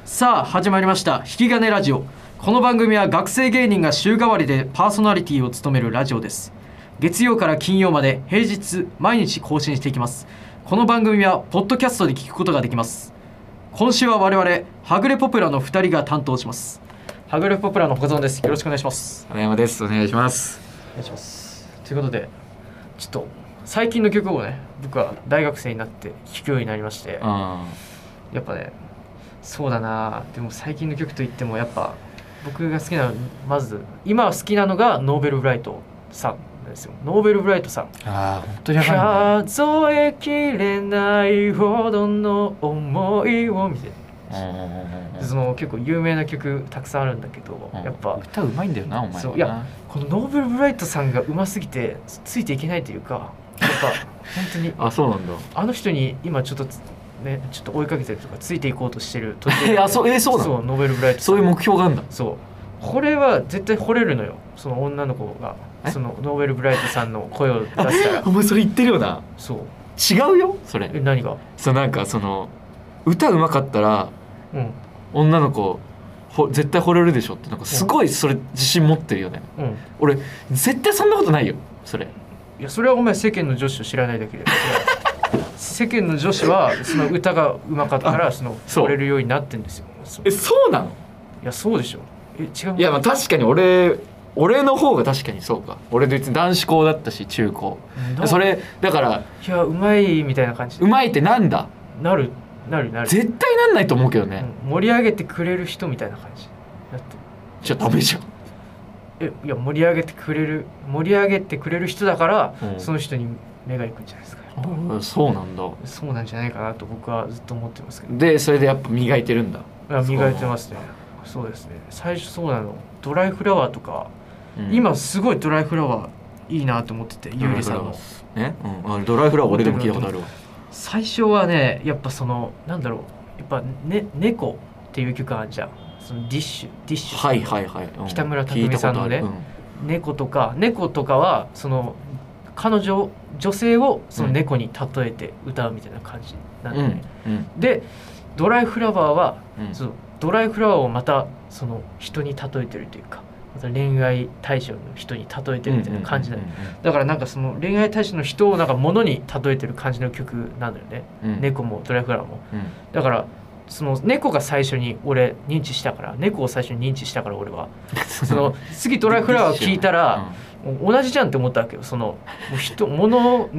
さあ始まりました引き金ラジオ。この番組は学生芸人が週替わりでパーソナリティを務めるラジオです。月曜から金曜まで平日毎日更新していきます。この番組はポッドキャストで聞くことができます。今週は我々はぐれポプラの2人が担当します。はぐれポプラの岡園です。よろしくお願いします。 花山です。お願いします。 お願いします。ということでちょっと最近の曲をね、僕は大学生になって聴くようになりまして、やっぱね、そうだな。でも最近の曲といってもやっぱ僕が好きな、まず今好きなのがノーベルブライトさんなんですよ。ノーベルブライトさん。 本当に数えきれないほどの思いをみたいな。その結構有名な曲たくさんあるんだけど、やっぱ歌うまいんだよな、お前はな。 そう、いや、このノーベルブライトさんがうますぎてついていけないというか、やっぱ本当にそうなんだ。 あの人に今ちょっとね、ちょっと追いかけてるとかついていこうとしてる途中で、そうなの？そうノーベルブライトさん、 そういう目標があるんだ。 そう、これは絶対惚れるのよ、その女の子がそのノーベルブライトさんの声を出したら。 お前それ言ってるよな。 そう違うよそれ。 何が？ なんかその歌うまかったら、女の子絶対惚れるでしょって、なんかすごいそれ自信持ってるよね。俺絶対そんなことないよそれ。 いや、それはお前世間の女子を知らないだけで世間の女子はその歌がうまかったらその惚れるようになってんですよ。 そうなの？ いや、そうでしょ。違う？ いや、まあ確かに俺の方が確かにそうか。俺別に男子校だったし中高、それだから。 いや、うまいみたいな感じ。 うまいってなんだ？ なる絶対なんないと思うけどね。 盛り上げてくれる人みたいな感じだって。 じゃあダメじゃん。 いや、盛り上げてくれる人だから、その人に目がいくんじゃないですか。 そうなんだ。 そうなんじゃないかなと僕はずっと思ってますけど。 でそれでやっぱ磨いてるんだ。 磨いてますね。そうですね。最初そうなの。ドライフラワーとか、今すごいドライフラワーいいなと思ってて、ゆうりさんのドライフラワー俺でも聞いたことあるわ。 最初はね、やっぱそのなんだろう、やっぱ猫っていう曲あるじゃん。そのディッシュ、 はい、 北村匠海さんのね、猫とかはその女性をその猫に例えて歌うみたいな感じなんだよね。でドライフラワーは、そのドライフラワーをまたその人に例えてるというか、また恋愛対象の人に例えてるみたいな感じだよ。だからなんかその恋愛対象の人をなんか物に例えてる感じの曲なんだよね。猫もドライフラワーも。だからその猫が最初に俺認知したから、猫を最初に認知したから俺はその次ドライフラワーを聞いたら、同じじゃんって思ったわけよ。その物を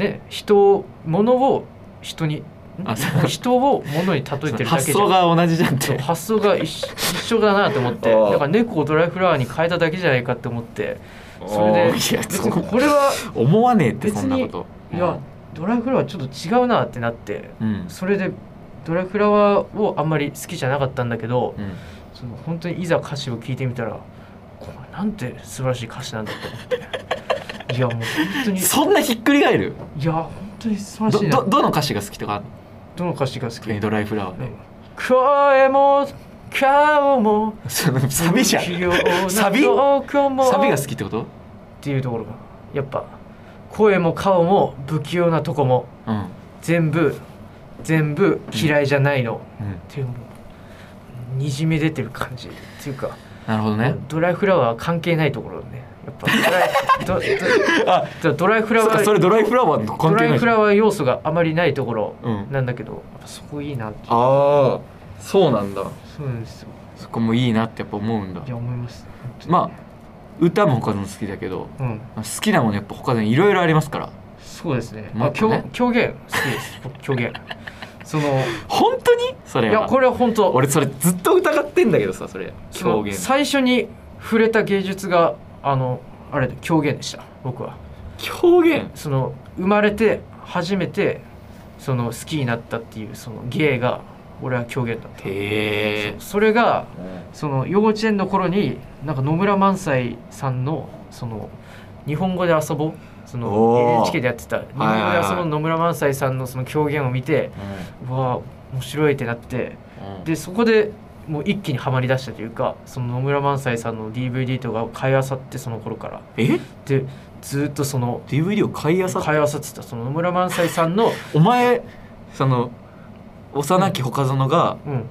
人に人を物に例えてるだけじゃん。 発想が同じじゃんって。 発想が一緒だなって思って、だから猫をドライフラワーに変えただけじゃないかって思って、それでこれは思わねえってそんなこと。 いや、ドライフラワーちょっと違うなってなって、それでドライフラワーをあんまり好きじゃなかったんだけど、その本当にいざ歌詞を聞いてみたら、これなんて素晴らしい歌詞なんだと思っていや、もう本当にそんなひっくり返る？いや、 本当に素晴らしいな。 どの歌詞が好きとかあるの？ どの歌詞が好き？ ドライフラワーね。 声も顔もサビじゃん。サビが好きってこと？ っていうところがやっぱ、声も顔も不器用なとこも、全部嫌いじゃないの、っていうにじみ出てる感じっていうか。 なるほどね。 ドライフラワー関係ないところね。やっぱドライフラワー、 それドライフラワーの関係ない。 ドライフラワー要素があまりないところなんだけど、やっぱそこいいなって。 そうなんだ。 そうなんですよ。 そこもいいなってやっぱ思うんだ。 いや、思います。 まあ歌も他の好きだけど、好きなものやっぱ他でいろいろありますから。 そうですね。狂言好きです。狂言。その本当にそれは。 いや、これは本当。 俺それずっと疑ってんだけどさ、それ狂言。 最初に触れた芸術があれで狂言でした。僕は狂言。 その生まれて初めてその好きになったっていうその芸が俺は狂言だった。それがその幼稚園の頃になんか野村萬斎さんのその日本語で遊ぼう、その NHK でやってた日本語で遊ぼう野村萬斎さんのその狂言を見て、うわ面白いってなって、でそこでもう一気にはまりだしたというか、その野村萬斎さんの DVD とかを買い漁って、その頃からでずっとその DVD を買い漁ってた、その野村萬斎さんのお前その幼き他園が、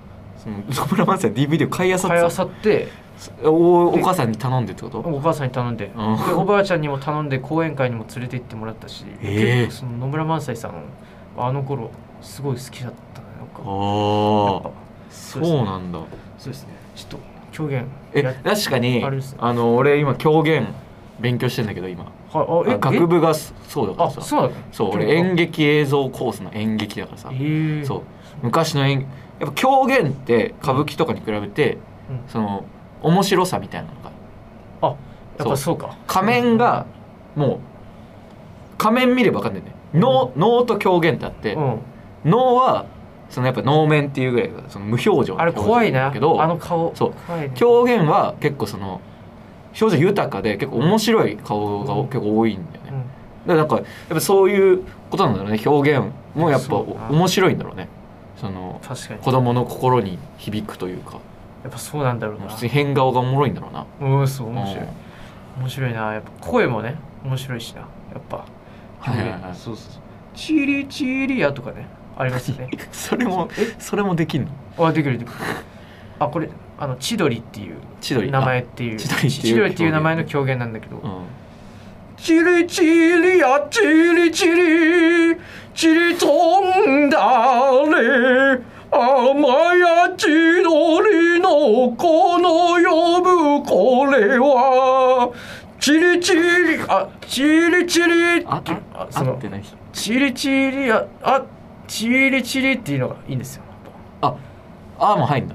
その野村萬斎 DVD を買いあさってお母さんに頼んでってこと？ お母さんに頼んで、でおばあちゃんにも頼んで講演会にも連れて行ってもらったし、結構その野村萬斎さんあの頃すごい好きだったね。なんかそうなんだ。 そうですね。ちょっと狂言確かに俺今狂言勉強してんだけど今学部がそうだからさ。そう俺演劇映像コースの演劇だからさ。そう昔のやっぱ狂言って歌舞伎とかに比べてその面白さみたいなのがやっぱそうか。 仮面がもう仮面見れば分かんないね。能と狂言ってあって、能はそのやっぱ能面っていうぐらいその無表情あれ怖いなけどあの顔そう狂言は結構その表情豊かで結構面白い顔が結構多いんだよね。だからなんかやっぱそういうことなんだろうね。表現もやっぱ面白いんだろうね。その子供の心に響くというか。 やっぱそうなんだろうな。 普通に変顔がおもろいんだろうな。 そう面白い。面白いな。やっぱ声もね面白いしな。やっぱ。そうチリチリやとかねありますよね。 それもできんの？できる。これ千鳥っていう名前っていう千鳥っていう名前の狂言なんだけど。チリチリやチリチリチリ飛んだれ甘や千鳥のこの呼ぶこれはチリチリチリチリそのチリチリチリチリっていうのがいいんですよ。 もう入んだ。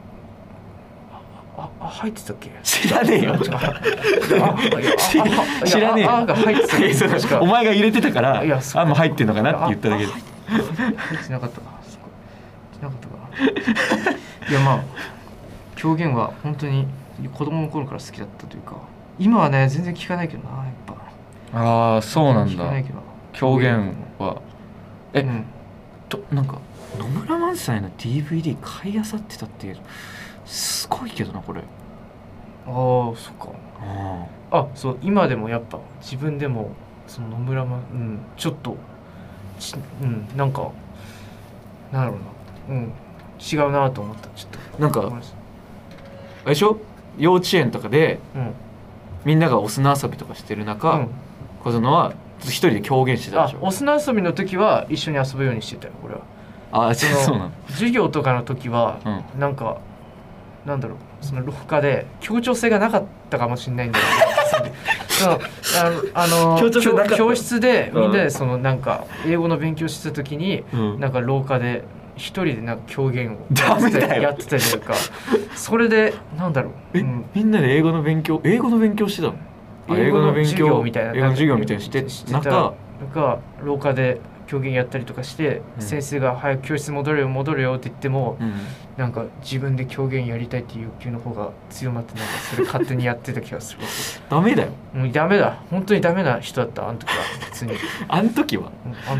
入ってたっけ？ 知らねえよ。知らねえよ。 が入ってた。 お前が入れてたからもう入ってんのかなって言っただけで。 入ってなかったか。いや狂言は本当に子供の頃から好きだったというか、今はね全然聞かないけどなやっぱ。 そうなんだ。狂言はなんか野村萬斎の DVD 買いあさってたっていうすごいけどなこれ。 そっか。そう今でもやっぱ自分でもその野村ちょっとなんかなんだろうな違うなと思った。ちょっとなんかあれでしょ、幼稚園とかで、みんながお砂遊びとかしてる中、小園は一人で狂言してたでしょ。 お砂遊びの時は一緒に遊ぶようにしてたよ俺は。 そうなの。 授業とかの時は、なんかなんだろうその廊下で協調性がなかったかもしれないんだけど教室でみんなでそのなんか英語の勉強してた時に、なんか廊下で一人でなんか狂言をやってたりとかそれでなんだろう、 みんなで英語の勉強してたの？ 英語の授業みたいなして中廊下で狂言やったりとかして、先生が早く教室戻れよって言っても、なんか自分で狂言やりたいっていう欲求の方が強まってなんかそれ勝手にやってた気がする。 ダメだよ。 ダメだ。本当にダメな人だったあの時は普通に。 あの時は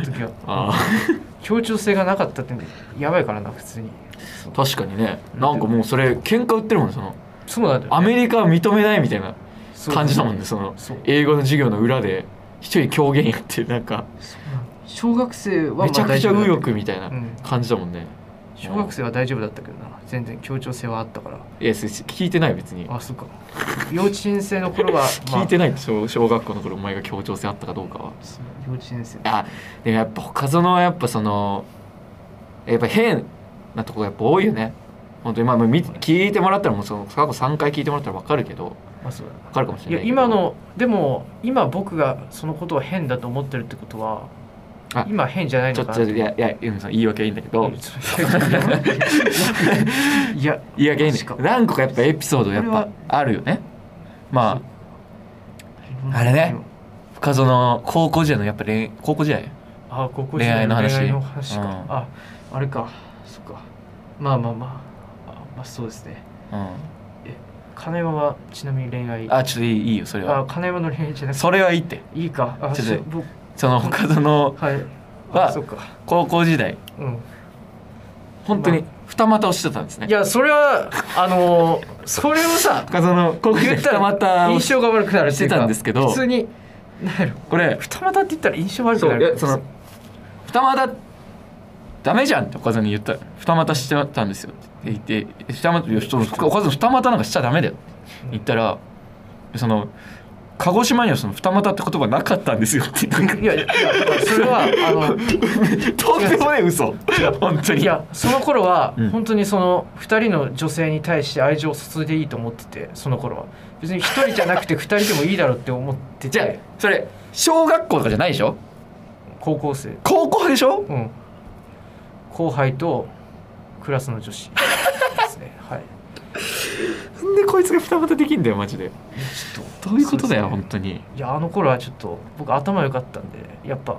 協調性がなかったってやばいからな普通に。 確かにね。なんかもうそれ喧嘩売ってるもん。 そうなんだよね。 アメリカは認めないみたいな感じだもんね。その英語の授業の裏で一人狂言やってなんか小学生はめちゃくちゃ右翼みたいな感じだもんね。 小学生は大丈夫だったけどな。全然協調性はあったから。 いや聞いてない別に。 そうか。幼稚園生の頃は聞いてない小学校の頃お前が協調性あったかどうかは。 幼稚園生。 でもやっぱ他園はやっぱそのやっぱ変なとこやっぱ多いよね。本当に聞いてもらったらもうその過去3回聞いてもらったら分かるけど。分かるかもしれないけど。 でも今僕がそのことを変だと思ってるってことは。今変じゃないのかな。 いや言い訳はいいんだけど言い訳いいんだけど何個かやっぱエピソードやっぱあるよね。あれね深園高校時代のやっぱ高校時代恋愛の話か。あれかそっか。まあそうですね。金山はちなみに恋愛ちょっといいよそれは。 金山の恋愛じゃなくてそれはいいっていいか。 その深園は高校時代本当に二股をしてたんですね。 いやそれはそれをさ深園高校時代二股を印象が悪くなるしてたんですけど、 普通にこれ二股って言ったら印象悪くなる。 その二股ダメじゃんって深園に言ったら二股してたんですよって言って二股おかず二股なんかしちゃダメだよって言ったら、その鹿児島にはその二股って言葉なかったんですよって言って、 いやそれはとんでもない嘘。本当に。 いやその頃は本当にその2人の女性に対して愛情を注いでいいと思ってて、その頃は別に1人じゃなくて2人でもいいだろうって思ってて。 じゃあそれ小学校とかじゃないでしょ。 高校生。 高校でしょ。 うん。後輩とクラスの女子ですね。はい。 なんでこいつが二股できんだよマジで。ちょっとどういうことだよ、ね、本当に。 いやあの頃はちょっと僕頭良かったんでやっぱ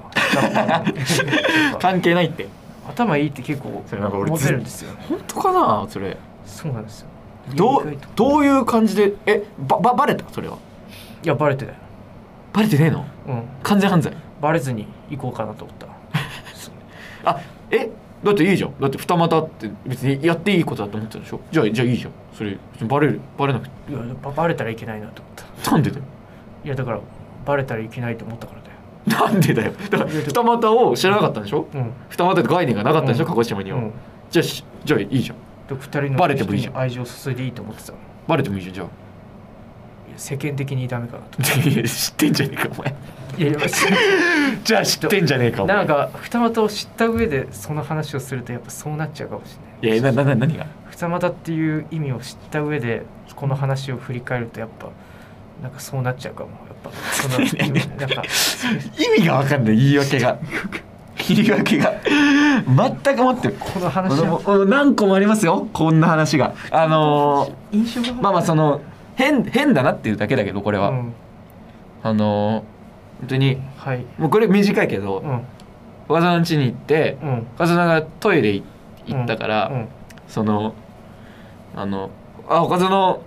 関係ないって。 頭いいって結構モテるんですよ、ね、 本当かなそれ。 そうなんですよ。 どういう感じでバレたそれは。 いやバレてない。 バレてねえの。うん。完全犯罪。 バレずに行こうかなと思ったあだっていいじゃん。だって二股って別にやっていいことだと思ってたでしょ。じゃあいいじゃん。それバレなくて。 いやバレたらいけないなと思った。 なんでだよ。 いやだからバレたらいけないと思ったからだよ。 なんでだよ。だから二股を知らなかったんでしょ。うん、二股って概念がなかったでしょ、鹿児島には。じゃあいいじゃん。 二人の人に愛情を注いでいいと思ってた。 バレてもいいじゃん。じゃあ世間的にダメかなと。 いや知ってんじゃねえかお前。いやじゃあ知ってんじゃねえかお前。 なんか二股を知った上でその話をするとやっぱそうなっちゃうかもしれない。 いや何が二股っていう意味を知った上でこの話を振り返るとやっぱなんかそうなっちゃうかも。やっぱそのなんか意味が分かんない。言い訳が切り分けが全くもってこの話は何個もありますよ。こんな話が印象がまあその変だなっていうだけだけどこれは、うん、本当に、はい、もうこれ短いけど、岡田の家に行って、岡田がトイレ行ったから、その岡田の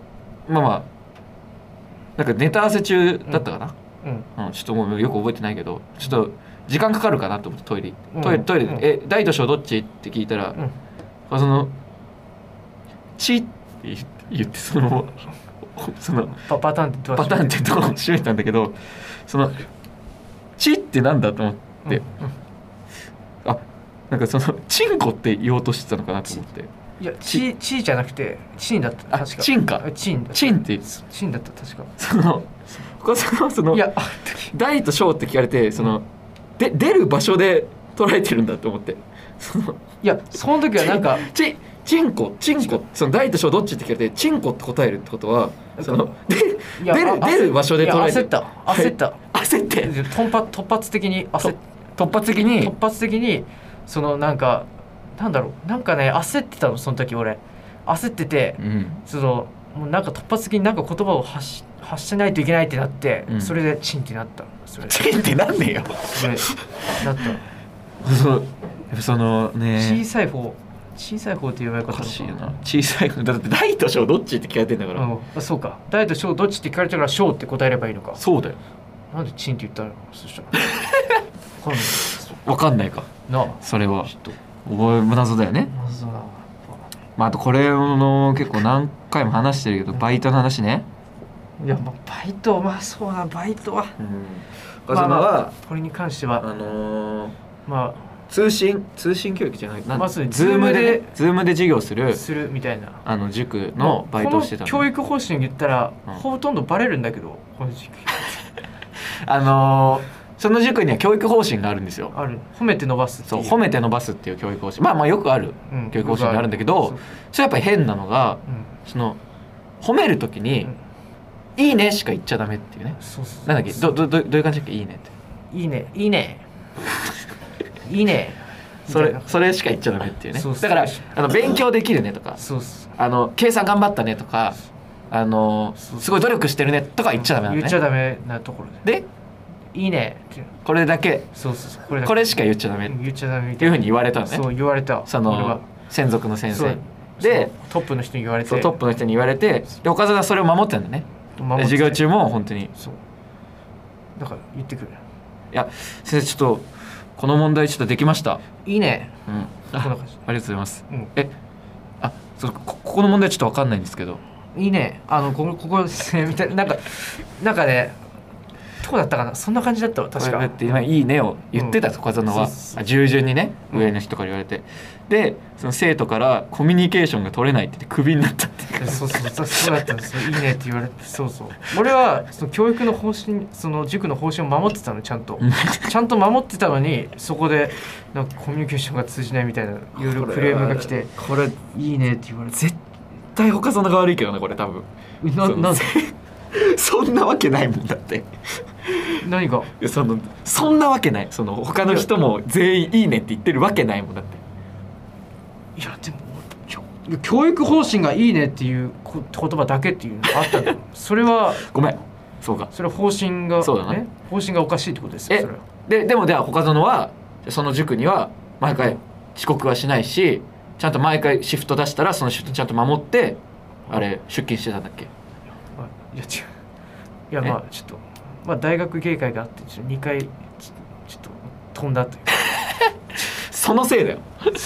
なんかネタ合わせ中だったかな、ちょっともうよく覚えてないけどちょっと時間かかるかなと思ってトイレで大と小どっちって聞いたら、岡田のチって言ってそのパターンってドアを閉めたんだけど、そのチってなんだと思って、なんかそのチンコって言おうとしてたのかなと思って。 いやチじゃなくてチンだった確か。 チンか。チンってチンだった確か。 そのいや大と小って聞かれて出る場所で捉えてるんだと思って。 いやその時はなんかチンコその大と小どっちって聞かれてチンコって答えるってことは出る場所で捉えてる。焦って突発的にそのなんかなんだろうなんかね焦ってたのその時俺焦ってて、もうなんか突発的になんか言葉を発しないといけないってなって、それでチンってなった。 チンってなんねえよ。 それなった。 そのね小さい方って言われ方おかしいよな。小さい方だって大と小どっちって聞かれてんだから。 そうか大と小どっちって聞かれてるから小って答えればいいのか。 そうだよ。 なんでチンって言ったらそしたら分かんないかな。 それは謎だよね。あとこれの結構何回も話してるけどバイトの話ね。 いやバイトそうなバイトはこれに関しては通信教育じゃないまずズームで授業するみたいな塾のバイトをしてたの。 教育方針言ったら、ほとんどバレるんだけどこの塾その塾には教育方針があるんですよ。 ある。褒めて伸ばすっていう。 褒めて伸ばすっていう教育方針よくある教育方針があるんだけど、それやっぱり変なのが、その褒めるときに、いいねしか言っちゃダメっていうね。なんだっけどういう感じだっけ。いいねっていいねそれしか言っちゃダメっていうね。だから勉強できるねとか計算頑張ったねとかすごい努力してるねとか言っちゃダメなんだね。 言っちゃダメなところでいいねこれだけこれしか言っちゃダメっていうふうに言われたのね。 そう言われた。 その専属の先生でトップの人に言われてで岡澤がそれを守ってんだね。授業中も本当にだから言ってくる。 いや先生ちょっとこの問題ちょっとできました。 いいね。 ありがとうございます。ここの問題ちょっと分かんないんですけど。 いいね。ここですねみたいななんかねどうだったかな、そんな感じだったわ確か。 だって今いいねを言ってたと、風野は従順にね、上の人から言われて、でその生徒からコミュニケーションが取れないって言ってクビになったって。 そうだったんですよ。いいねって言われて、そう俺はその教育の方針、その塾の方針を守ってたの、ちゃんと守ってたのに、そこでなんかコミュニケーションが通じないみたいないろいろクレームが来て、 これいいねって言われて、 絶対他そのが悪いけどなこれ多分。 なんでそんなわけないもんだって。 何がそんなわけない。その他の人も全員いいねって言ってるわけないもんだって。 いやでも教育方針がいいねっていう言葉だけっていうのがあったんだよ。それはごめん、そうか、 それは方針がそうだね、 方針がおかしいってことですよ。それはでも他園はその塾には毎回遅刻はしないし、ちゃんと毎回シフト出したらそのシフトちゃんと守ってあれ出勤してたんだっけ。 いや違う、いやまあちょっと大学芸会があって2回ちょっと飛んだというそのせいだよ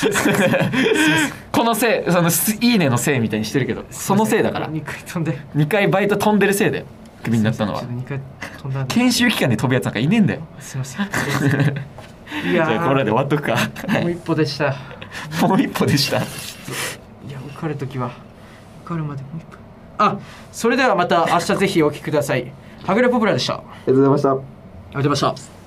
このせい、そのいいねのせいみたいにしてるけど、そのせいだから。 2回飛んで、 2回バイト飛んでるせいだよ、クビになったのは。 2回飛んだ研修期間で飛ぶやつなんかいねえんだよ。 すいませんいやじゃあこれで終わっとくか。 もう一歩でしたもう一歩でした。いや受かるときは受かるまでもう一歩。それではまた明日ぜひお聞きください。はぐれポプラでした。ありがとうございました。 ありがとうございました。